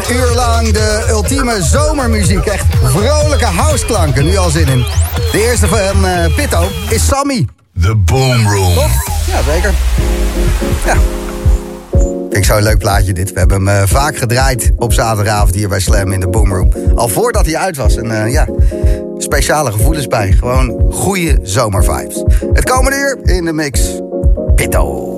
uur lang de ultieme zomermuziek. Echt vrolijke houseklanken, nu al zin in. De eerste van Pitto is Sammy. The Boom Room. Top? Ja, zeker. Ja. Vind ik zo'n leuk plaatje dit. We hebben hem vaak gedraaid op zaterdagavond hier bij Slam in de Boom Room. Al voordat hij uit was. En ja, speciale gevoelens bij. Gewoon goede zomervibes. Het komende uur in de mix. Pitto.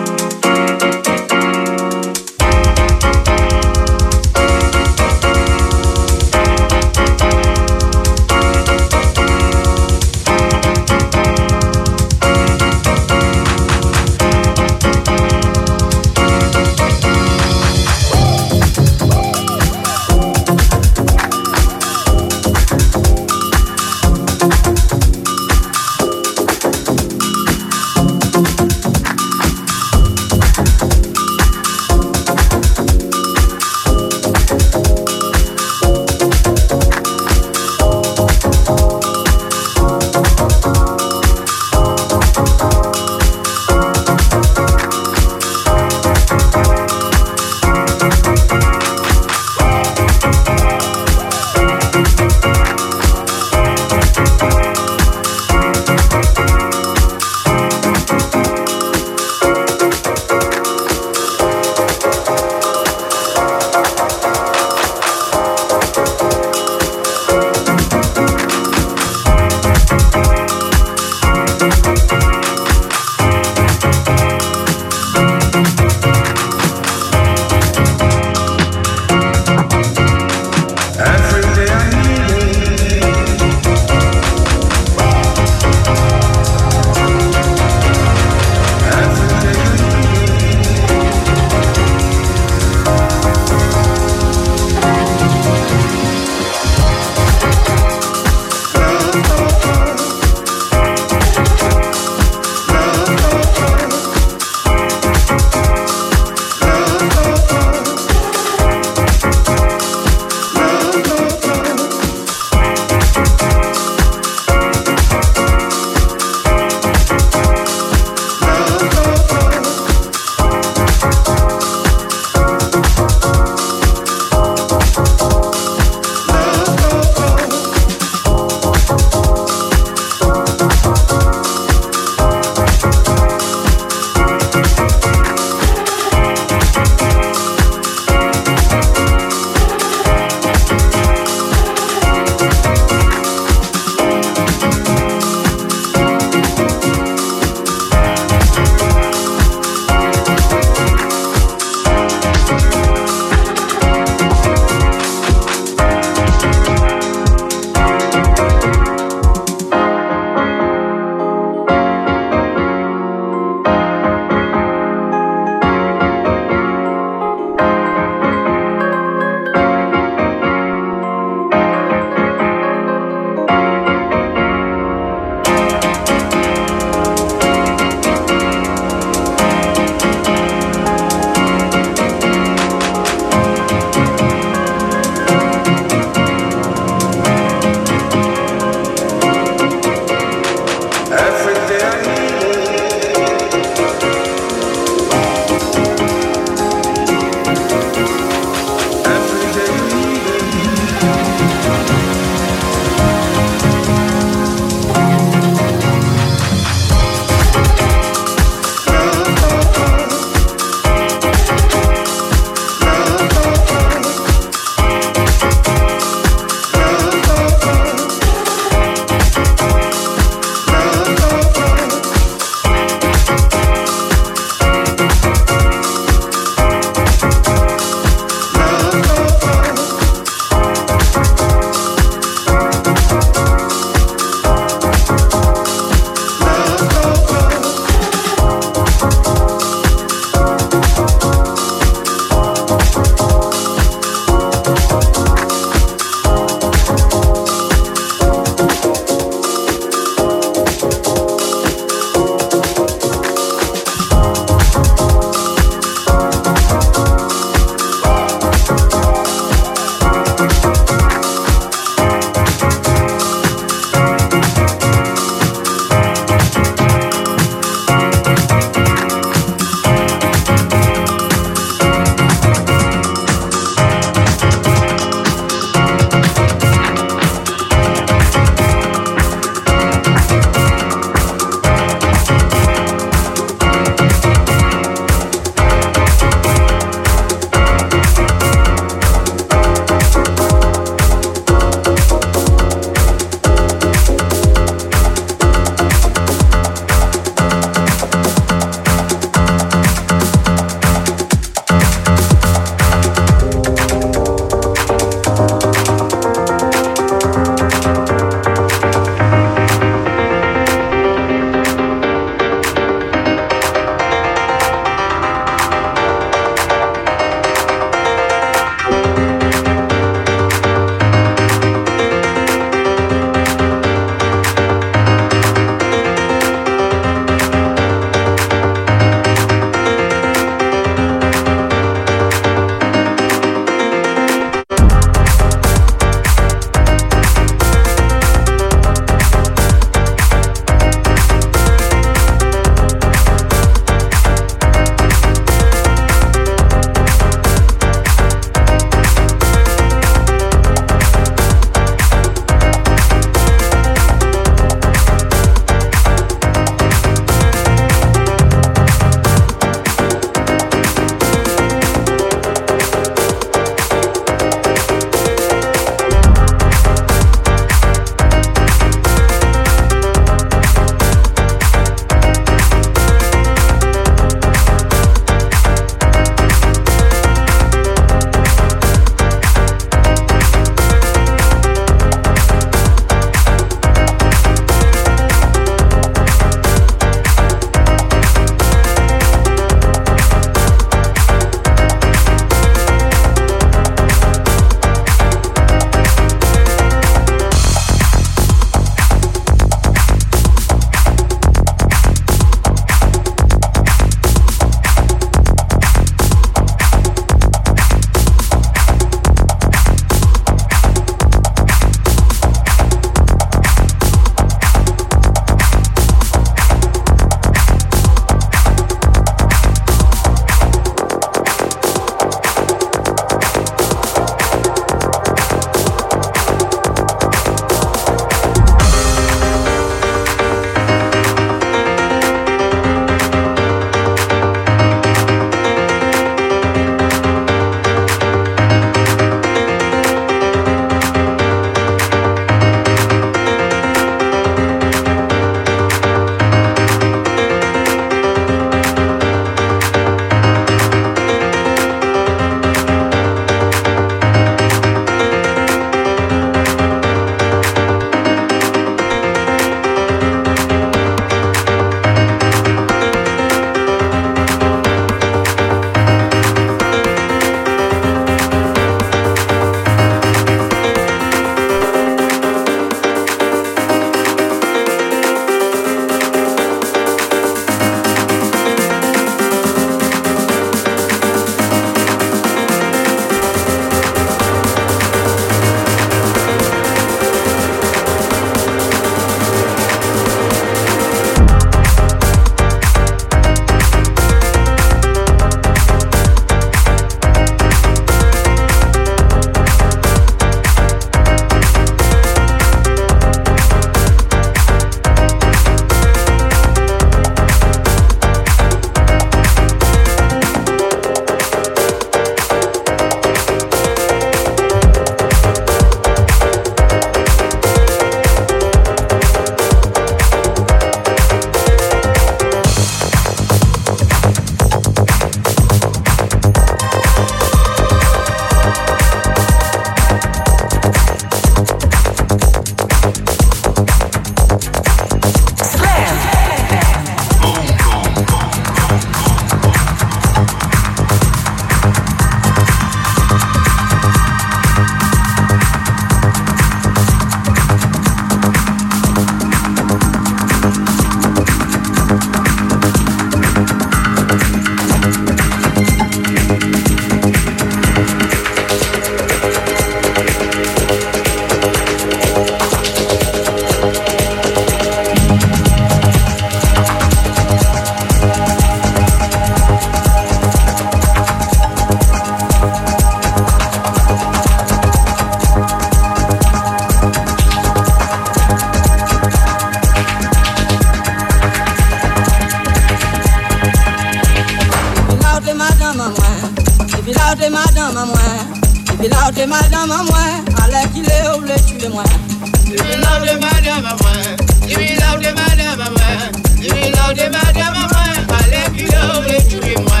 t'es madame à moi. Et là t'es madame à moi. Allez qu'il est où les tuer moi. Et là t'es madame à moi. Et là t'es madame à moi. Et là t'es madame à moi. Allez qu'il est où les tuer moi.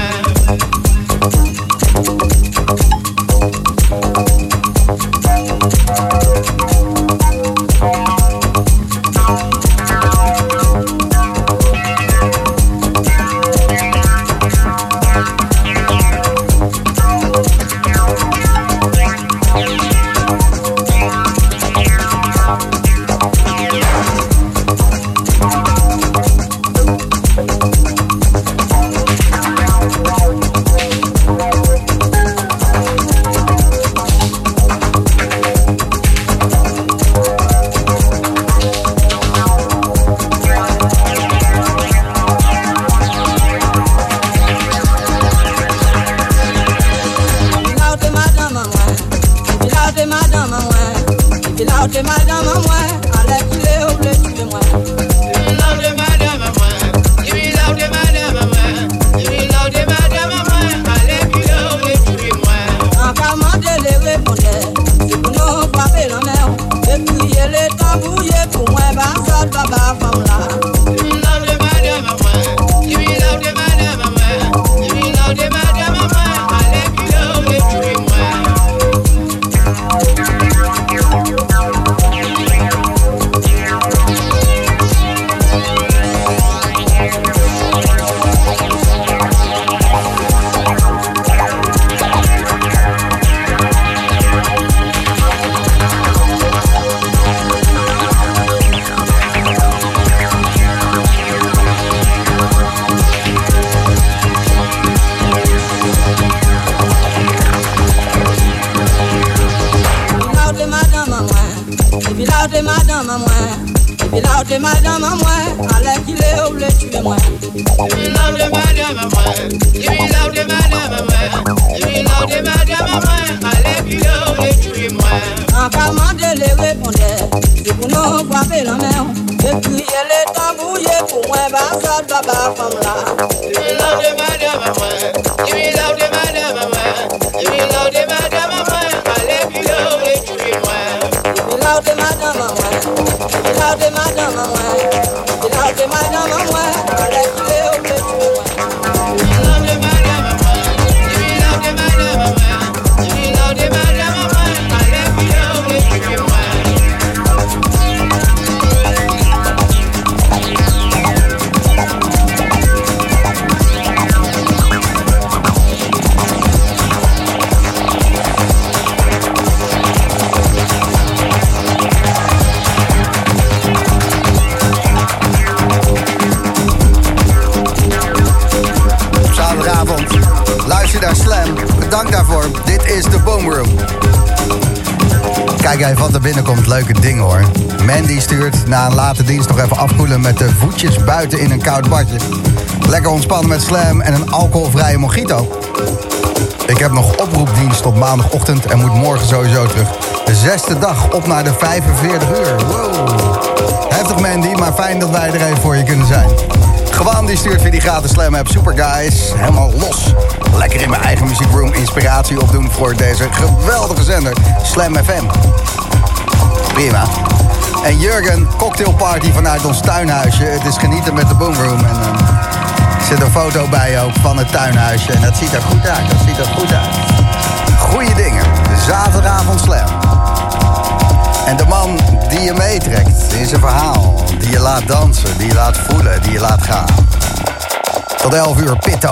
Binnenkomt, leuke dingen hoor. Mandy stuurt na een late dienst nog even afkoelen met de voetjes buiten in een koud badje. Lekker ontspannen met Slam en een alcoholvrije mojito. Ik heb nog oproepdienst tot maandagochtend en moet morgen sowieso terug. De 6e dag op naar de 45 uur. Wow. Heftig Mandy, maar fijn dat wij er even voor je kunnen zijn. Gewoon die stuurt via die gratis Slam app. Super guys, helemaal los. Lekker in mijn eigen muziekroom inspiratie opdoen voor deze geweldige zender Slam FM. Prima. En Jurgen, cocktailparty vanuit ons tuinhuisje. Het is genieten met de Boomroom. En er zit een foto bij ook van het tuinhuisje. En dat ziet er goed uit. Goeie dingen. Zaterdagavond Slam. En de man die je meetrekt in zijn verhaal. Die je laat dansen, die je laat voelen, die je laat gaan. Tot 11 uur Pitto.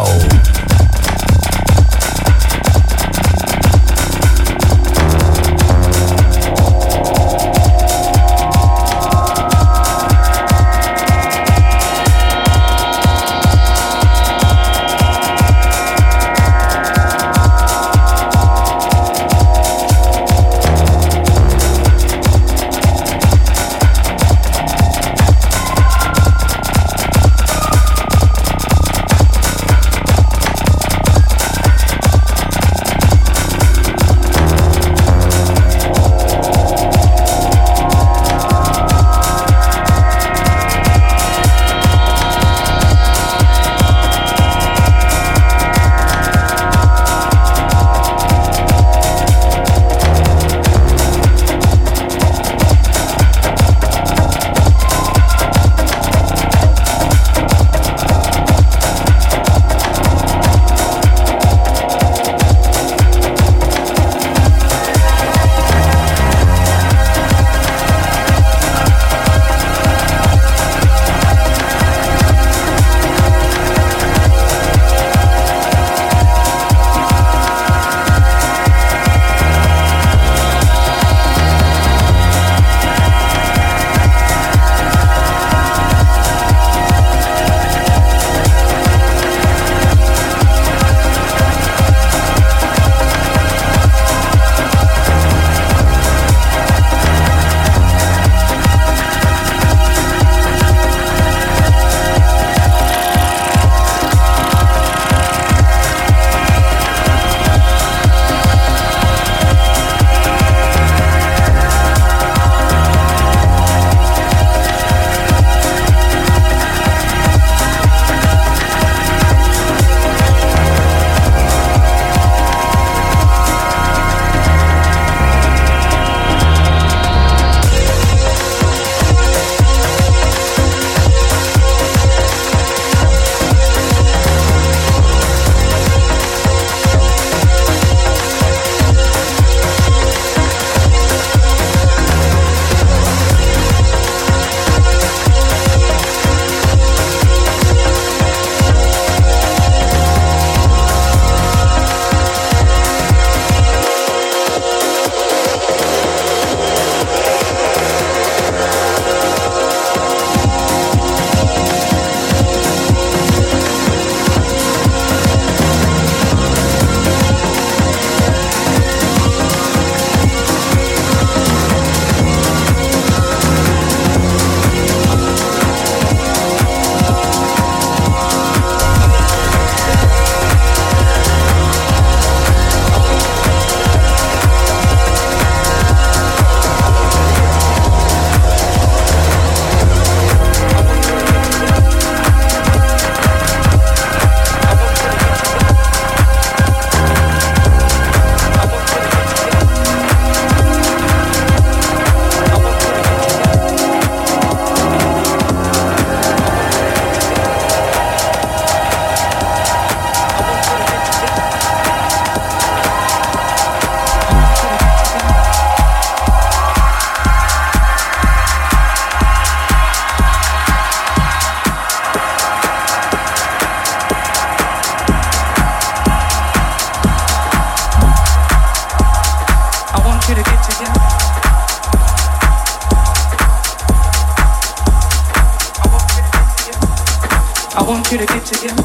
want you to get together.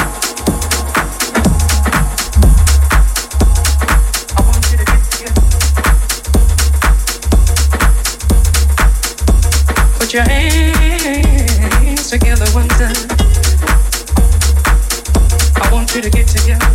I want you to get together. Put your hands together one time. I want you to get together.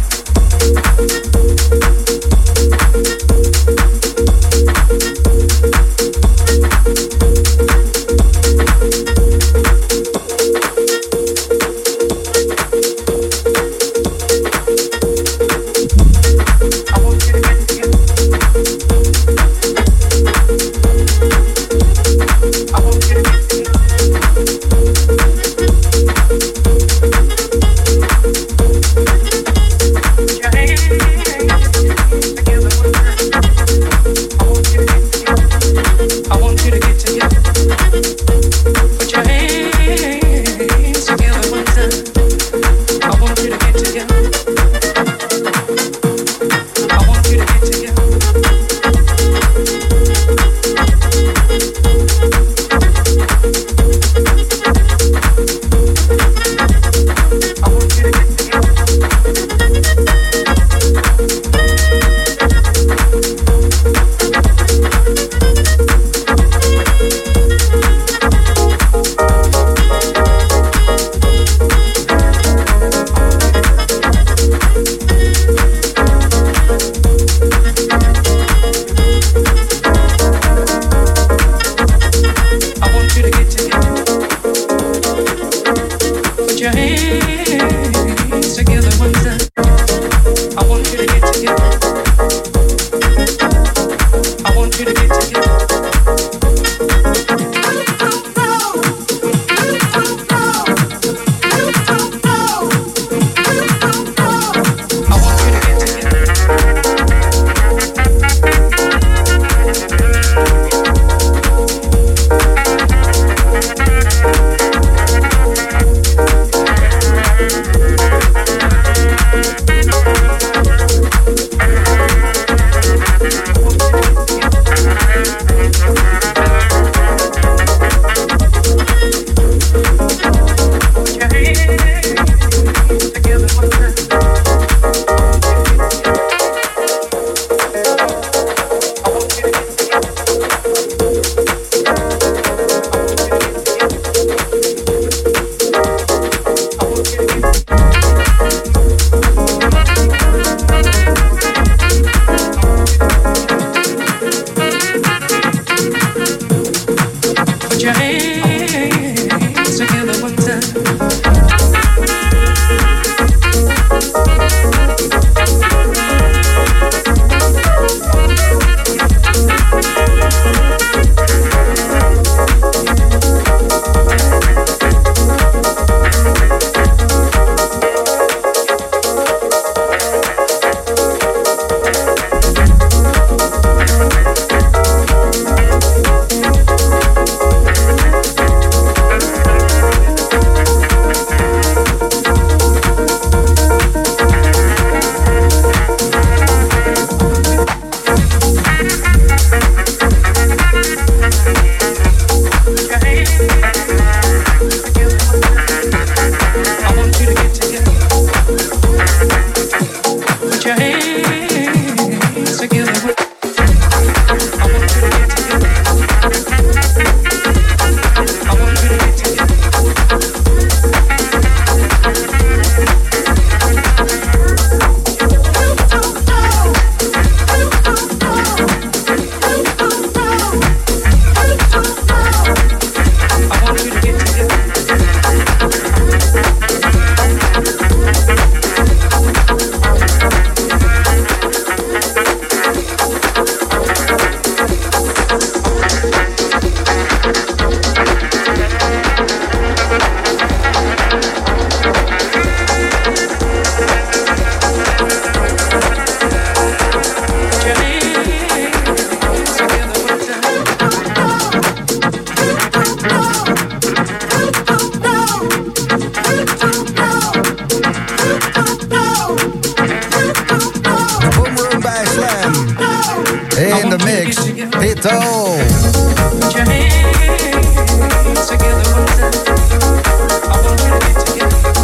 Put your hands together one time. I want you to get together.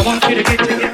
want you to get together.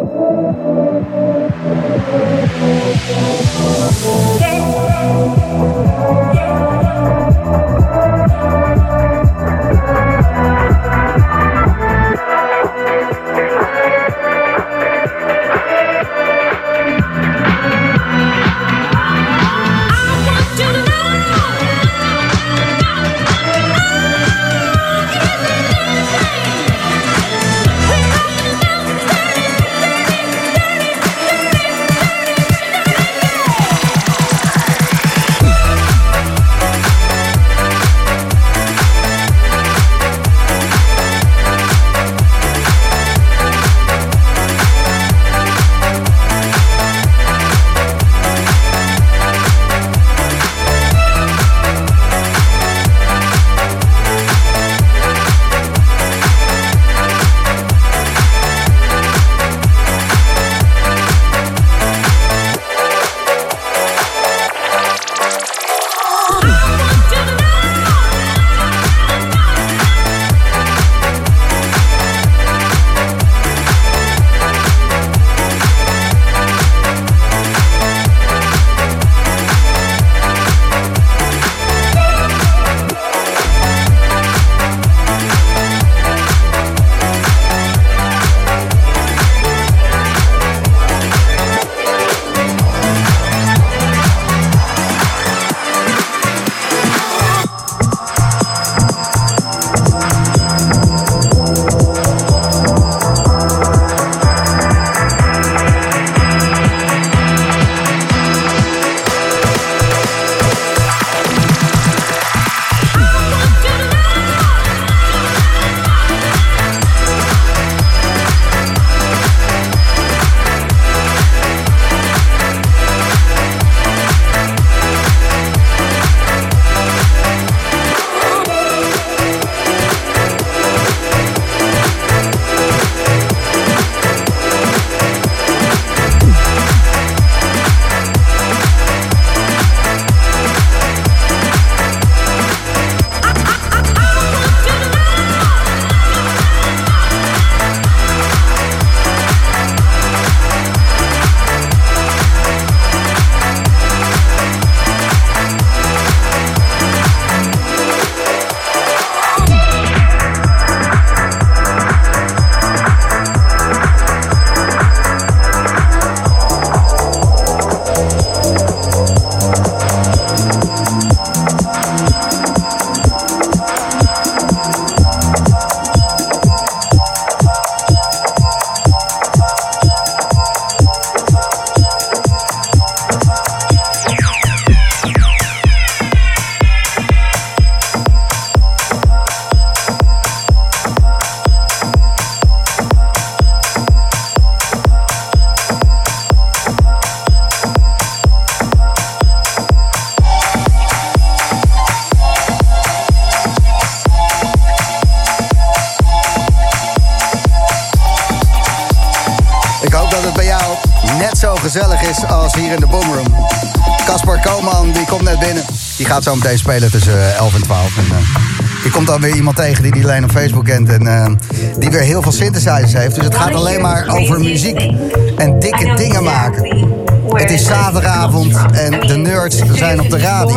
gezellig is als hier in de Boomroom. Caspar Koman, die komt net binnen. Die gaat zo meteen spelen tussen 11 en 12. En, die komt dan weer iemand tegen die alleen op Facebook kent. En die weer heel veel synthesizers heeft. Dus het gaat alleen maar over muziek. En dikke dingen maken. Het is zaterdagavond en de nerds zijn op de radio.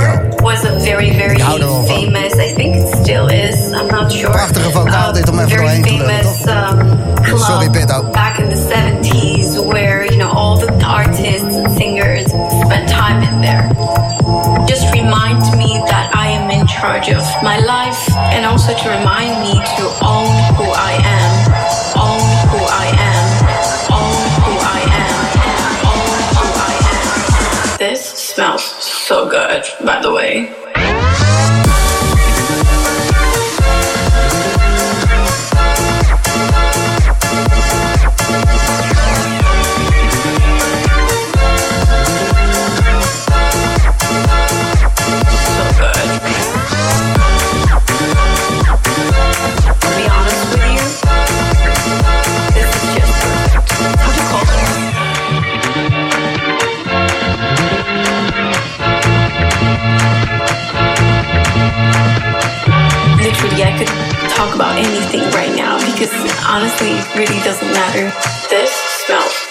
Ik hou er wel van. Prachtige vocaal dit om even doorheen te lullen, toch? Sorry, Pitto. Back in the 70s, where, you know, all the artists and singers spent time in there. Just remind me that I am in charge of my life, and also to remind me to own who I am, own who I am, own who I am, own who I am. This smells so good, by the way. I could talk about anything right now because honestly, it really doesn't matter. This smells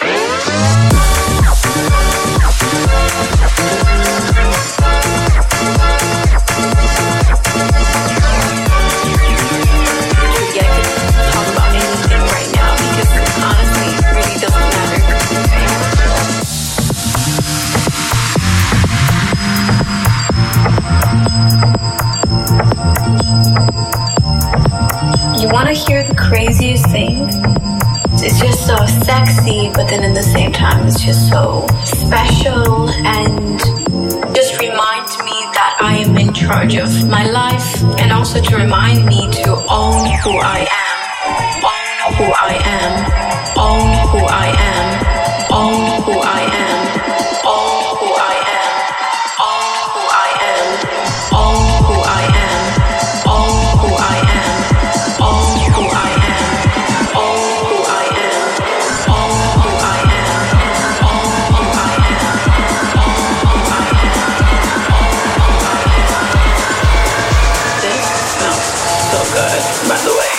You want to hear the craziest thing? It's just so sexy, but then at the same time, it's just so special and just reminds me that I am in charge of my life, and also to remind me to own who I am, own who I am, own who I am, own who I am, own who I am, own who I am, own who I am, own who I am, own who I am, own who I am, own who I am, own who I am, own who I am. This smells so good, by the way.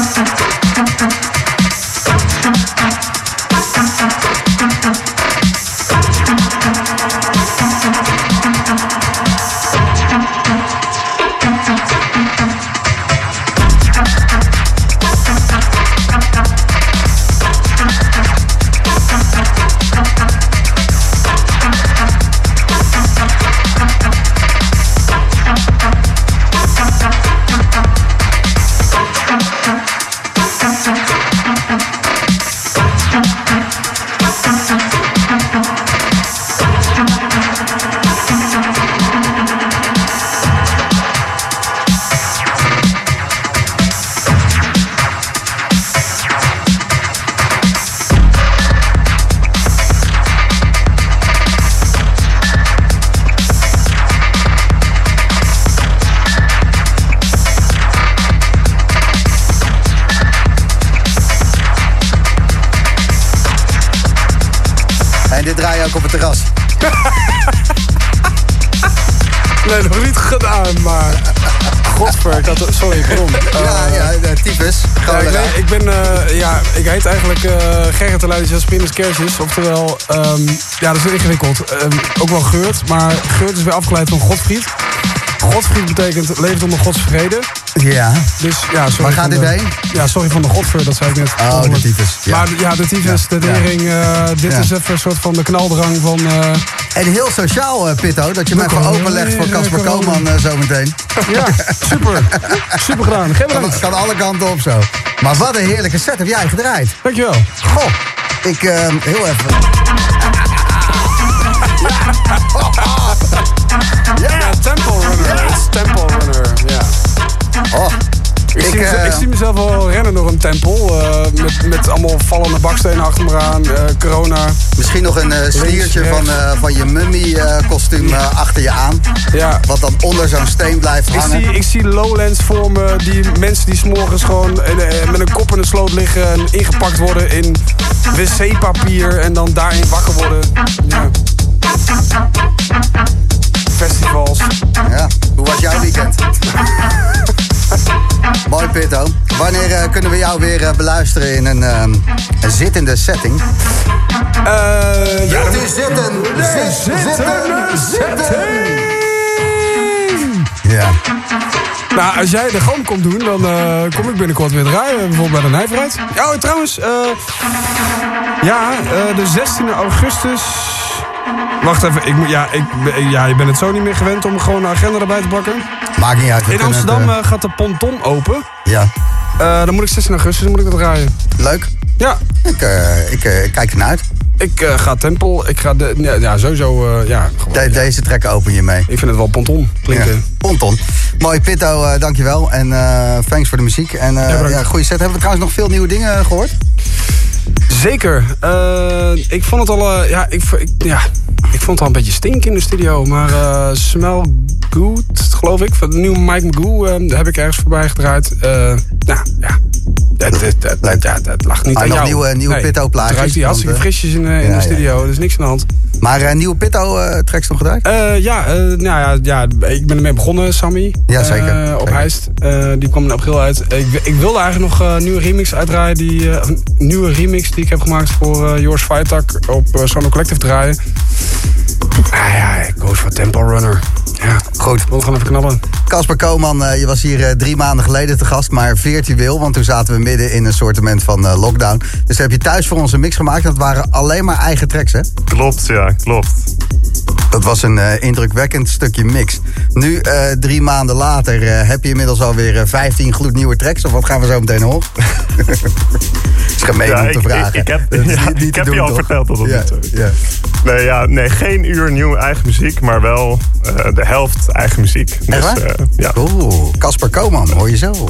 Dit draai je ook op het terras. Nee, nog niet gedaan, maar... Godver, ik had... Sorry, waarom? Tyfus. Ik heet eigenlijk Gerrit de Leiders Spinus Kersjes. Oftewel, dat is ingewikkeld. Ook wel Geurt, maar Geurt is weer afgeleid van Godfried. Godfried betekent leeft onder Gods vrede. Ja. Dus, ja, sorry. Waar gaat dit heen? Ja, sorry van de Godver, dat zei ik net. Oh, de tyfus. Ja. Maar ja, de tyfus, de nering, dit is even een soort van de knaldrang van... En heel sociaal, Pitto, dat je mij even openlegt voor Casper Koolman zometeen. Ja, super. Super gedaan. Het kan alle kanten op zo. Maar wat een heerlijke set heb jij gedraaid. Dankjewel. Goh, ik heel even... Ja, Temple Runner. It's Temple Runner, ja. Oh. Ik zie mezelf al rennen door een tempel. Met allemaal vallende bakstenen achter me aan. Corona. Misschien nog een sliertje van je mummie-kostuum achter je aan. Ja. Wat dan onder zo'n steen blijft hangen. Ik zie Lowlands voor me. Die mensen die 's morgens gewoon met een kop in de sloot liggen. En ingepakt worden in wc-papier. En dan daarin wakker worden. Ja. Festivals. Ja. Hoe was jouw weekend? Mooi, Pitto. Wanneer kunnen we jou weer beluisteren in een zittende setting? Ja, zitten. Ja. Nou, als jij de galm komt doen, dan kom ik binnenkort weer draaien. Bijvoorbeeld bij de Nijverheid. Ja, trouwens. De 16e augustus... Wacht even, je bent het zo niet meer gewend om gewoon een agenda erbij te pakken. Maakt niet uit. In Amsterdam gaat de ponton open. Ja. Dan moet ik 16 augustus moet ik dat draaien. Leuk. Ja. Ik kijk ernaar uit. Ik ga Tempel. Ik ga sowieso. Deze track open je mee. Ik vind het wel ponton klinken. Ja. Ponton. Mooi, Pitto, dankjewel. En thanks voor de muziek. En goede set. Hebben we trouwens nog veel nieuwe dingen gehoord? Zeker. Ik vond het al... ik vond het al een beetje stink in de studio. Maar Smell Good, geloof ik. Van de nieuwe Mike Magoo heb ik ergens voorbij gedraaid. Dat lag niet aan jou. Nieuwe Pitto-plaatjes. Het ruikt die hartstikke frisjes in de studio. Er is niks aan de hand. Maar nieuwe Pitto-tracks nog gedraaid? Ik ben ermee begonnen, Sammy. Ja, zeker. Op Heist. Die kwam in april uit. Ik wilde eigenlijk nog een nieuwe remix uitdraaien. Een nieuwe remix die ik heb gemaakt voor Joris Vaitak op Sono Collective draaien. Ik koos voor Temple Runner. Ja, goed. We gaan even knallen. Casper Koolman, je was hier 3 maanden geleden te gast, maar virtueel. Want toen zaten we midden in een soortement van lockdown. Dus heb je thuis voor ons een mix gemaakt. Dat waren alleen maar eigen tracks, hè? Klopt, ja, klopt. Dat was een indrukwekkend stukje mix. Nu, 3 maanden later, heb je inmiddels alweer 15 gloednieuwe tracks. Of wat gaan we zo meteen horen? Het is gemeen om te vragen. Ik heb je al verteld dat niet zo is. Ja. Nee, geen uur nieuwe eigen muziek, maar wel de helft eigen muziek. Dus, Casper Koolman, hoor je zo.